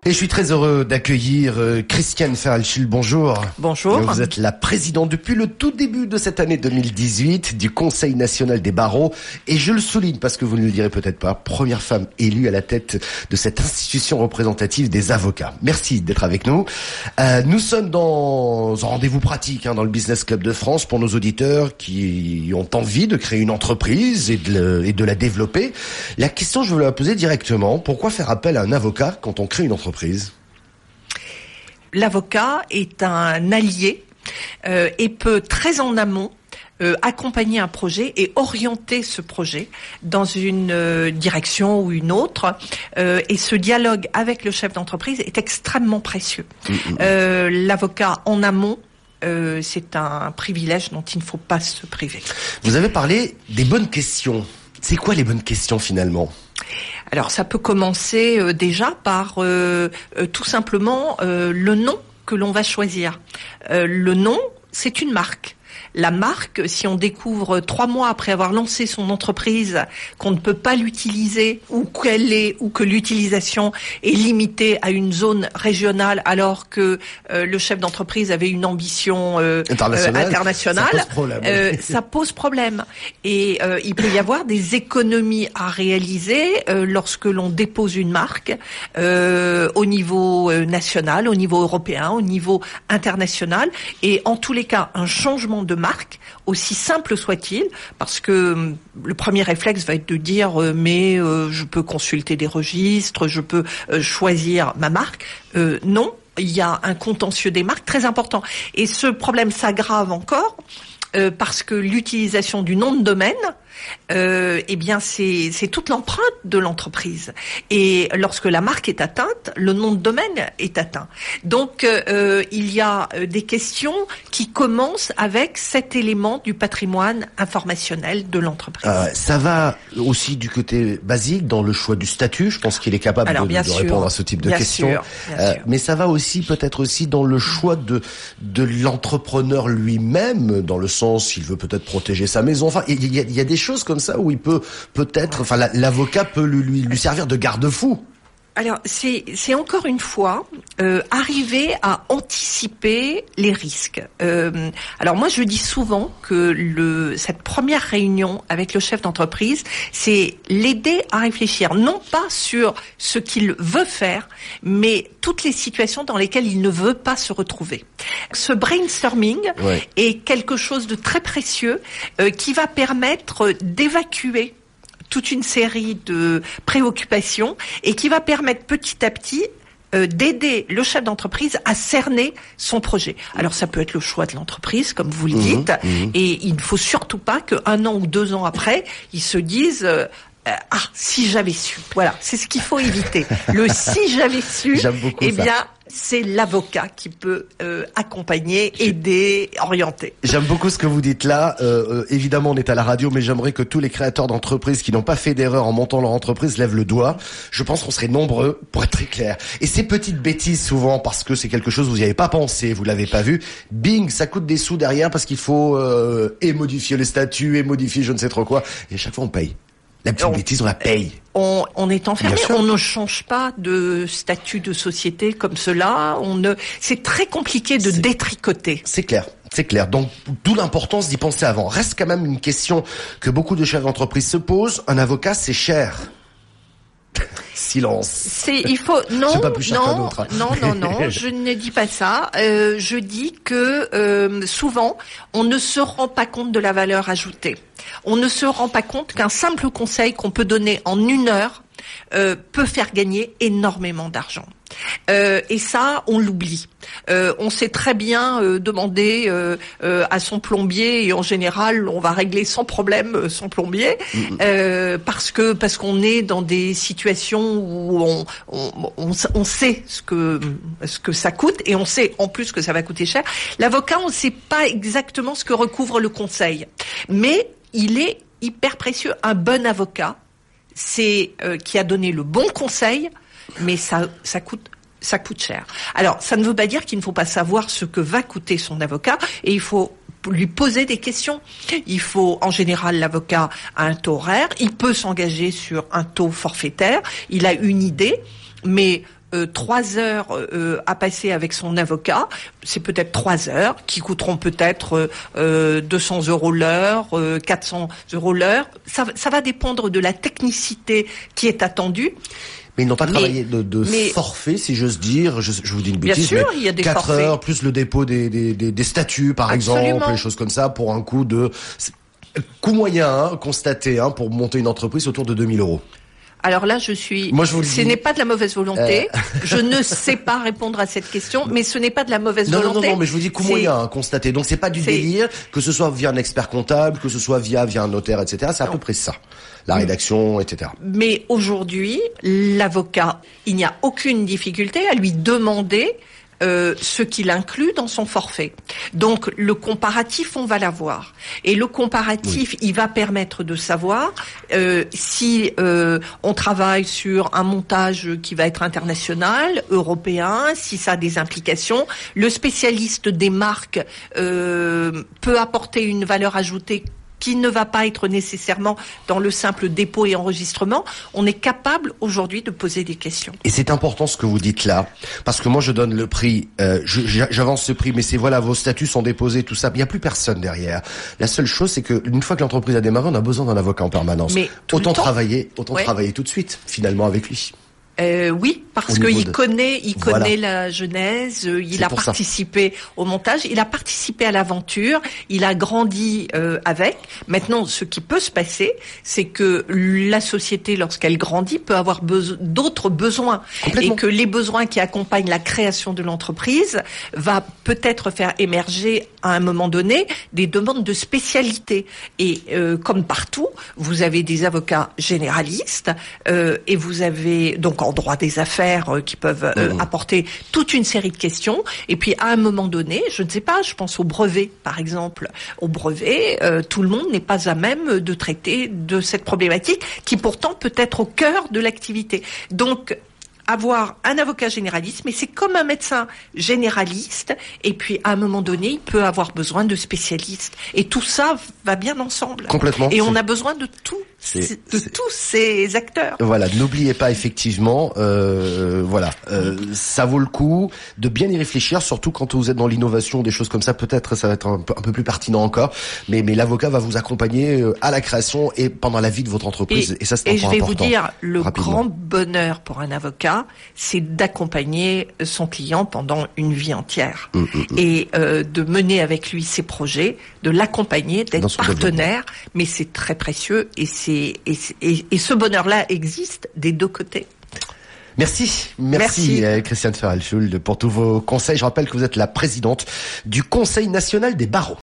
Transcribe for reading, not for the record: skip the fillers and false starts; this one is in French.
Et je suis très heureux d'accueillir Christiane Ferralchil. Bonjour. Bonjour. Vous êtes la présidente depuis le tout début de cette année 2018 du Conseil national des barreaux. Et je le souligne parce que vous ne le direz peut-être pas, première femme élue à la tête de cette institution représentative des avocats. Merci d'être avec nous. Nous sommes dans un rendez-vous pratique dans le Business Club de France pour nos auditeurs qui ont envie de créer une entreprise et de la développer. La question, je veux la poser directement. Pourquoi faire appel à un avocat quand on crée une entreprise ? L'avocat est un allié et peut très en amont accompagner un projet et orienter ce projet dans une direction ou une autre. Et ce dialogue avec le chef d'entreprise est extrêmement précieux. L'avocat en amont, c'est un privilège dont il ne faut pas se priver. Vous avez parlé des bonnes questions. C'est quoi les bonnes questions finalement ? Alors ça peut commencer déjà par tout simplement le nom que l'on va choisir. Le nom, c'est une marque. La marque, si on découvre 3 mois après avoir lancé son entreprise qu'on ne peut pas l'utiliser ou que l'utilisation est limitée à une zone régionale alors que le chef d'entreprise avait une ambition internationale, ça pose problème. Et il peut y avoir des économies à réaliser lorsque l'on dépose une marque au niveau national, au niveau européen, au niveau international. Et en tous les cas, un changement de marque, aussi simple soit-il, parce que le premier réflexe va être de dire je peux consulter des registres, je peux choisir ma marque. Non, il y a un contentieux des marques très important. Et ce problème s'aggrave encore parce que l'utilisation du nom de domaine, c'est toute l'empreinte de l'entreprise. Et lorsque la marque est atteinte, le nom de domaine est atteint. Donc, il y a des questions qui commencent avec cet élément du patrimoine informationnel de l'entreprise. Ça va aussi du côté basique dans le choix du statut. Je pense qu'il est capable de répondre à ce type de questions. Mais ça va aussi peut-être aussi dans le choix de l'entrepreneur lui-même, dans le sens il veut peut-être protéger sa maison. Enfin, il y a des choses comme ça où il peut-être, l'avocat peut lui servir de garde-fou. Alors, c'est encore une fois arriver à anticiper les risques. Alors moi, je dis souvent que cette première réunion avec le chef d'entreprise, c'est l'aider à réfléchir, non pas sur ce qu'il veut faire, mais toutes les situations dans lesquelles il ne veut pas se retrouver. Ce brainstorming est quelque chose de très précieux qui va permettre d'évacuer toute une série de préoccupations et qui va permettre petit à petit d'aider le chef d'entreprise à cerner son projet. Alors ça peut être le choix de l'entreprise, comme vous le dites, et il ne faut surtout pas qu'1 an ou 2 ans après, ils se disent si j'avais su. Voilà, c'est ce qu'il faut éviter. Le si j'avais su, c'est l'avocat qui peut accompagner, aider, orienter. J'aime beaucoup ce que vous dites là. Évidemment, on est à la radio, mais j'aimerais que tous les créateurs d'entreprises qui n'ont pas fait d'erreur en montant leur entreprise lèvent le doigt. Je pense qu'on serait nombreux, pour être très clair. Et ces petites bêtises, souvent, parce que c'est quelque chose vous n'y avez pas pensé, vous l'avez pas vu, bing, ça coûte des sous derrière parce qu'il faut et modifier les statuts, et modifier je ne sais trop quoi. Et à chaque fois, on paye. La petite bêtise, on la paye. On est enfermé, on ne change pas de statut de société comme cela. C'est très compliqué de détricoter. C'est clair. C'est clair. Donc, d'où l'importance d'y penser avant. Reste quand même une question que beaucoup de chefs d'entreprise se posent. Un avocat, c'est cher. Silence. Non, c'est pas plus cher qu'un autre. Non, je ne dis pas ça. Je dis que souvent, on ne se rend pas compte de la valeur ajoutée. On ne se rend pas compte qu'un simple conseil qu'on peut donner en 1 heure peut faire gagner énormément d'argent. Et ça, on l'oublie. On sait très bien demander à son plombier, et en général, on va régler sans problème son plombier, parce qu'on est dans des situations où on sait ce que ça coûte, et on sait en plus que ça va coûter cher. L'avocat, on ne sait pas exactement ce que recouvre le conseil, mais il est hyper précieux. Un bon avocat, c'est qui a donné le bon conseil, mais ça coûte cher. Alors, ça ne veut pas dire qu'il ne faut pas savoir ce que va coûter son avocat, et il faut lui poser des questions. Il faut, en général, l'avocat a un taux horaire, il peut s'engager sur un taux forfaitaire, il a une idée, mais 3 heures à passer avec son avocat, c'est peut-être 3 heures qui coûteront peut-être 200 € l'heure, 400 € l'heure. Ça va dépendre de la technicité qui est attendue. Mais ils n'ont pas travaillé de forfait, si j'ose dire. Je vous dis une bêtise. Bien sûr, il y a des 4 forfaits. heures plus le dépôt des statuts, par exemple, les choses comme ça, pour un coût moyen constaté pour monter une entreprise autour de 2 000 €. Alors là, ce n'est pas de la mauvaise volonté. Je ne sais pas répondre à cette question, mais ce n'est pas de la mauvaise volonté. Non, mais je vous dis coût moyen constaté. Donc c'est pas du délire, que ce soit via un expert comptable, que ce soit via un notaire, etc. C'est à peu près ça. La rédaction, etc. Mais aujourd'hui, l'avocat, il n'y a aucune difficulté à lui demander ce qu'il inclut dans son forfait. Donc le comparatif, on va l'avoir. Et le comparatif, il va permettre de savoir si on travaille sur un montage qui va être international, européen, si ça a des implications. Le spécialiste des marques peut apporter une valeur ajoutée qui ne va pas être nécessairement dans le simple dépôt et enregistrement. On est capable aujourd'hui de poser des questions. Et c'est important ce que vous dites là, parce que moi je donne le prix, j'avance ce prix, mais c'est voilà, vos statuts sont déposés, tout ça, il n'y a plus personne derrière. La seule chose, c'est que une fois que l'entreprise a démarré, on a besoin d'un avocat en permanence. Mais autant travailler tout de suite, finalement, avec lui. Oui, parce qu'il connaît la genèse, il a participé au montage, il a participé à l'aventure, il a grandi avec. Maintenant, ce qui peut se passer, c'est que la société, lorsqu'elle grandit, peut avoir d'autres besoins. Et que les besoins qui accompagnent la création de l'entreprise va peut-être faire émerger à un moment donné des demandes de spécialité. Et comme partout, vous avez des avocats généralistes et vous avez donc en droit des affaires qui peuvent apporter toute une série de questions. Et puis à un moment donné, je ne sais pas, je pense au brevet par exemple. Au brevet, tout le monde n'est pas à même de traiter de cette problématique qui pourtant peut être au cœur de l'activité. Donc avoir un avocat généraliste, mais c'est comme un médecin généraliste, et puis à un moment donné, il peut avoir besoin de spécialistes. Et tout ça va bien ensemble. Complètement. Et on a besoin de tous ces acteurs. Voilà, n'oubliez pas effectivement, ça vaut le coup de bien y réfléchir, surtout quand vous êtes dans l'innovation, des choses comme ça, peut-être ça va être un peu plus pertinent encore, mais l'avocat va vous accompagner à la création et pendant la vie de votre entreprise, et ça c'est un point important. Et je vais vous dire, le grand bonheur pour un avocat, c'est d'accompagner son client pendant une vie entière et de mener avec lui ses projets, de l'accompagner, d'être partenaire, mais c'est très précieux et ce bonheur-là existe des deux côtés. Merci Christiane Ferrell-Schuld pour tous vos conseils. Je rappelle que vous êtes la présidente du Conseil national des barreaux.